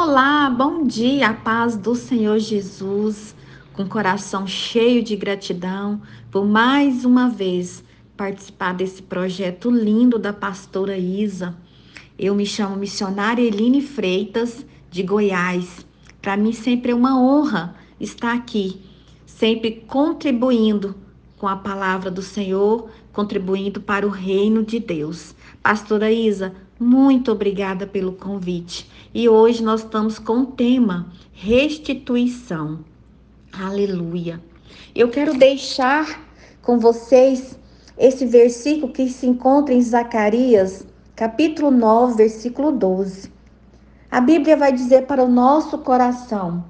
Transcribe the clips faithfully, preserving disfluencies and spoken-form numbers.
Olá, bom dia, a paz do Senhor Jesus, com coração cheio de gratidão por mais uma vez participar desse projeto lindo da pastora Isa. Eu me chamo missionária Eline Freitas, de Goiás. Para mim sempre é uma honra estar aqui, sempre contribuindo com a palavra do Senhor, contribuindo para o reino de Deus. Pastora Isa, muito obrigada pelo convite. E hoje nós estamos com o tema restituição. Aleluia. Eu quero deixar com vocês esse versículo que se encontra em Zacarias, capítulo nove, versículo doze. A Bíblia vai dizer para o nosso coração: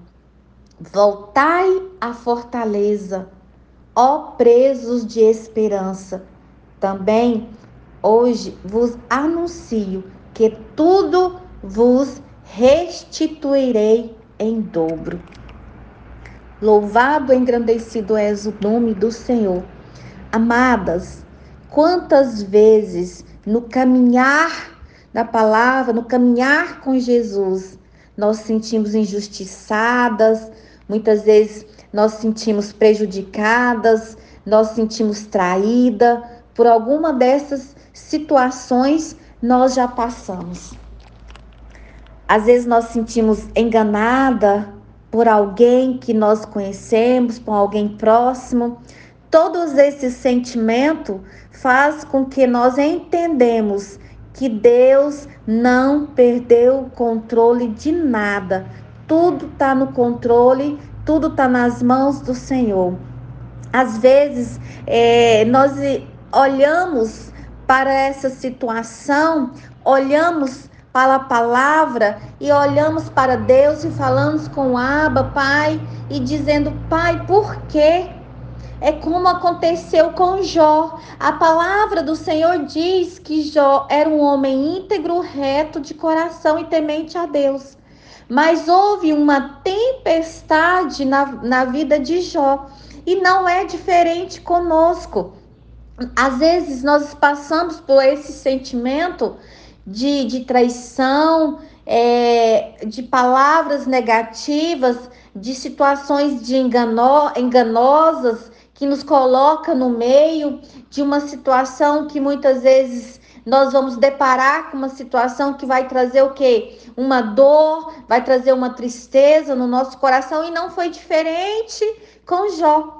voltai à fortaleza, ó presos de esperança. Também hoje vos anuncio que tudo vos restituirei em dobro. Louvado e engrandecido és o nome do Senhor. Amadas, quantas vezes no caminhar da palavra, no caminhar com Jesus, nós sentimos injustiçadas, muitas vezes nós sentimos prejudicadas, nós sentimos traída, por alguma dessas situações nós já passamos. Às vezes nós sentimos enganada por alguém que nós conhecemos, por alguém próximo. Todos esses sentimentos faz com que nós entendemos que Deus não perdeu o controle de nada. Tudo está no controle, tudo está nas mãos do Senhor. Às vezes, é, nós olhamos para essa situação, olhamos para a palavra e olhamos para Deus e falamos com Abba, Pai, e dizendo: Pai, por quê? É como aconteceu com Jó. A palavra do Senhor diz que Jó era um homem íntegro, reto de coração e temente a Deus. Mas houve uma tempestade na, na vida de Jó. E não é diferente conosco. Às vezes nós passamos por esse sentimento de, de traição, é, de palavras negativas, de situações de engano, enganosas que nos coloca no meio de uma situação que muitas vezes nós vamos deparar com uma situação que vai trazer o quê? Uma dor, vai trazer uma tristeza no nosso coração, e não foi diferente com Jó.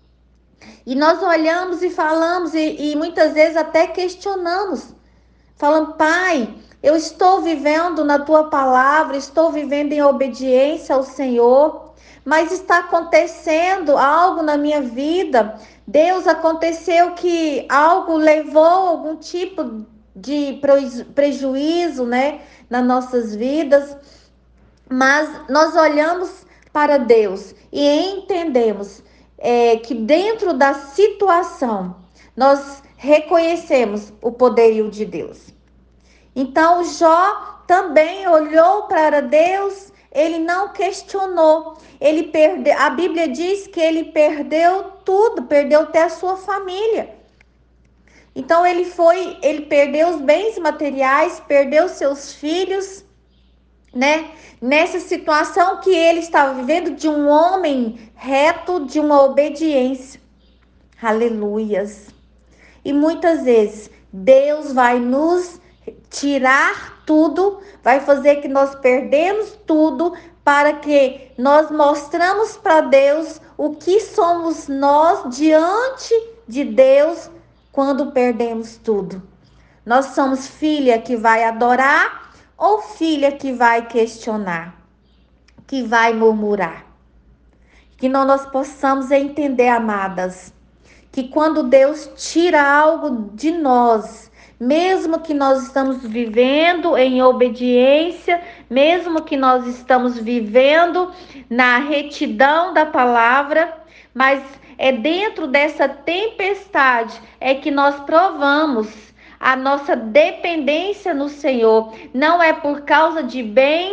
E nós olhamos e falamos e, e muitas vezes até questionamos, falando: Pai, eu estou vivendo na tua palavra, estou vivendo em obediência ao Senhor, mas está acontecendo algo na minha vida. Deus, aconteceu que algo levou algum tipo de prejuízo, né, nas nossas vidas. Mas nós olhamos para Deus e entendemos é, que dentro da situação nós reconhecemos o poderio de Deus. Então Jó também olhou para Deus, ele não questionou, ele perdeu. A Bíblia diz que ele perdeu tudo, perdeu até a sua família. Então ele foi, ele perdeu os bens materiais, perdeu seus filhos, né? Nessa situação que ele estava vivendo, de um homem reto, de uma obediência. Aleluias. E muitas vezes Deus vai nos tirar tudo, vai fazer que nós perdemos tudo, para que nós mostramos para Deus o que somos nós diante de Deus quando perdemos tudo. Nós somos filha que vai adorar ou filha que vai questionar, que vai murmurar? Que não nós possamos entender, amadas, que quando Deus tira algo de nós, mesmo que nós estamos vivendo em obediência, mesmo que nós estamos vivendo na retidão da palavra, mas é dentro dessa tempestade é que nós provamos a nossa dependência no Senhor. Não é por causa de bens,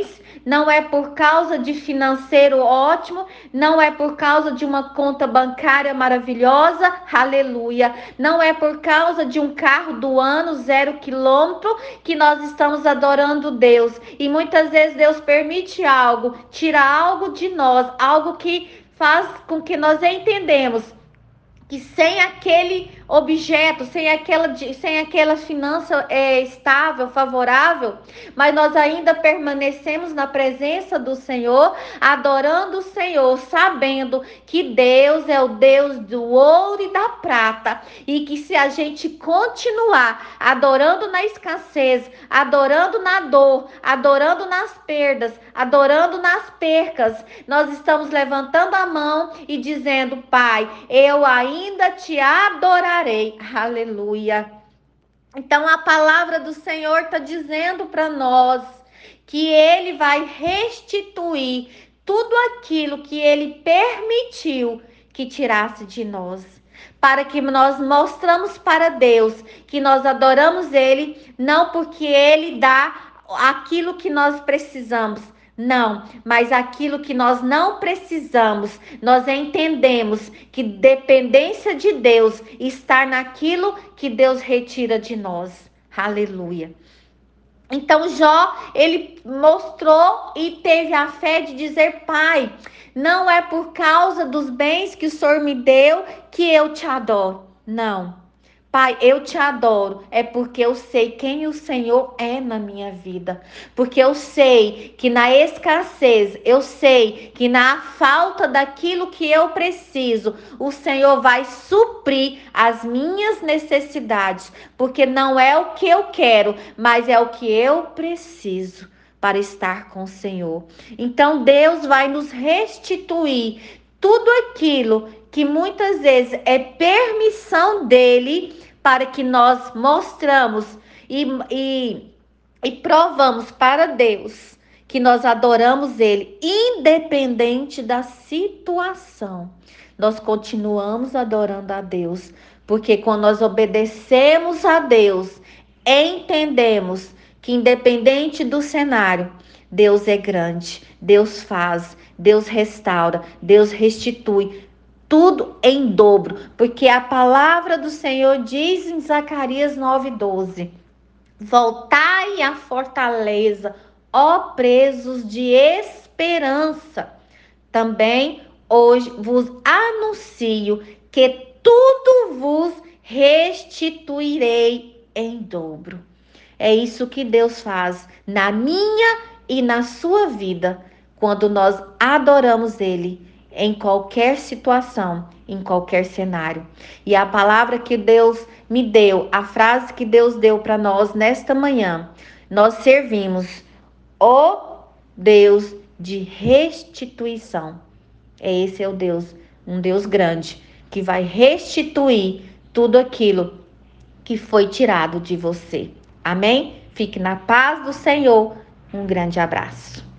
não é por causa de financeiro ótimo, não é por causa de uma conta bancária maravilhosa, aleluia, não é por causa de um carro do ano zero quilômetro que nós estamos adorando Deus. E muitas vezes Deus permite algo, tira algo de nós, algo que faz com que nós entendemos que sem aquele objeto, sem aquela, sem aquela finança é, estável, favorável, mas nós ainda permanecemos na presença do Senhor, adorando o Senhor, sabendo que Deus é o Deus do ouro e da prata, e que se a gente continuar adorando na escassez, adorando na dor, adorando nas perdas, adorando nas percas, nós estamos levantando a mão e dizendo: Pai, eu ainda ainda te adorarei, aleluia. Então a palavra do Senhor está dizendo para nós que Ele vai restituir tudo aquilo que Ele permitiu que tirasse de nós, para que nós mostramos para Deus que nós adoramos Ele, não porque Ele dá aquilo que nós precisamos, não, mas aquilo que nós não precisamos, nós entendemos que dependência de Deus está naquilo que Deus retira de nós. Aleluia. Então Jó, ele mostrou e teve a fé de dizer: Pai, não é por causa dos bens que o Senhor me deu que eu te adoro. Não. Pai, eu te adoro, é porque eu sei quem o Senhor é na minha vida. Porque eu sei que na escassez, eu sei que na falta daquilo que eu preciso, o Senhor vai suprir as minhas necessidades. Porque não é o que eu quero, mas é o que eu preciso para estar com o Senhor. Então Deus vai nos restituir tudo aquilo que muitas vezes é permissão dele, para que nós mostramos e, e, e provamos para Deus que nós adoramos Ele, independente da situação. Nós continuamos adorando a Deus, porque quando nós obedecemos a Deus, entendemos que independente do cenário, Deus é grande, Deus faz, Deus restaura, Deus restitui. Tudo em dobro, porque a palavra do Senhor diz em Zacarias nove, doze: voltai à fortaleza, ó presos de esperança. Também hoje vos anuncio que tudo vos restituirei em dobro. É isso que Deus faz na minha e na sua vida, quando nós adoramos Ele em qualquer situação, em qualquer cenário. E a palavra que Deus me deu, a frase que Deus deu para nós nesta manhã: nós servimos o Deus de restituição. Esse é o Deus, um Deus grande, que vai restituir tudo aquilo que foi tirado de você. Amém? Fique na paz do Senhor. Um grande abraço.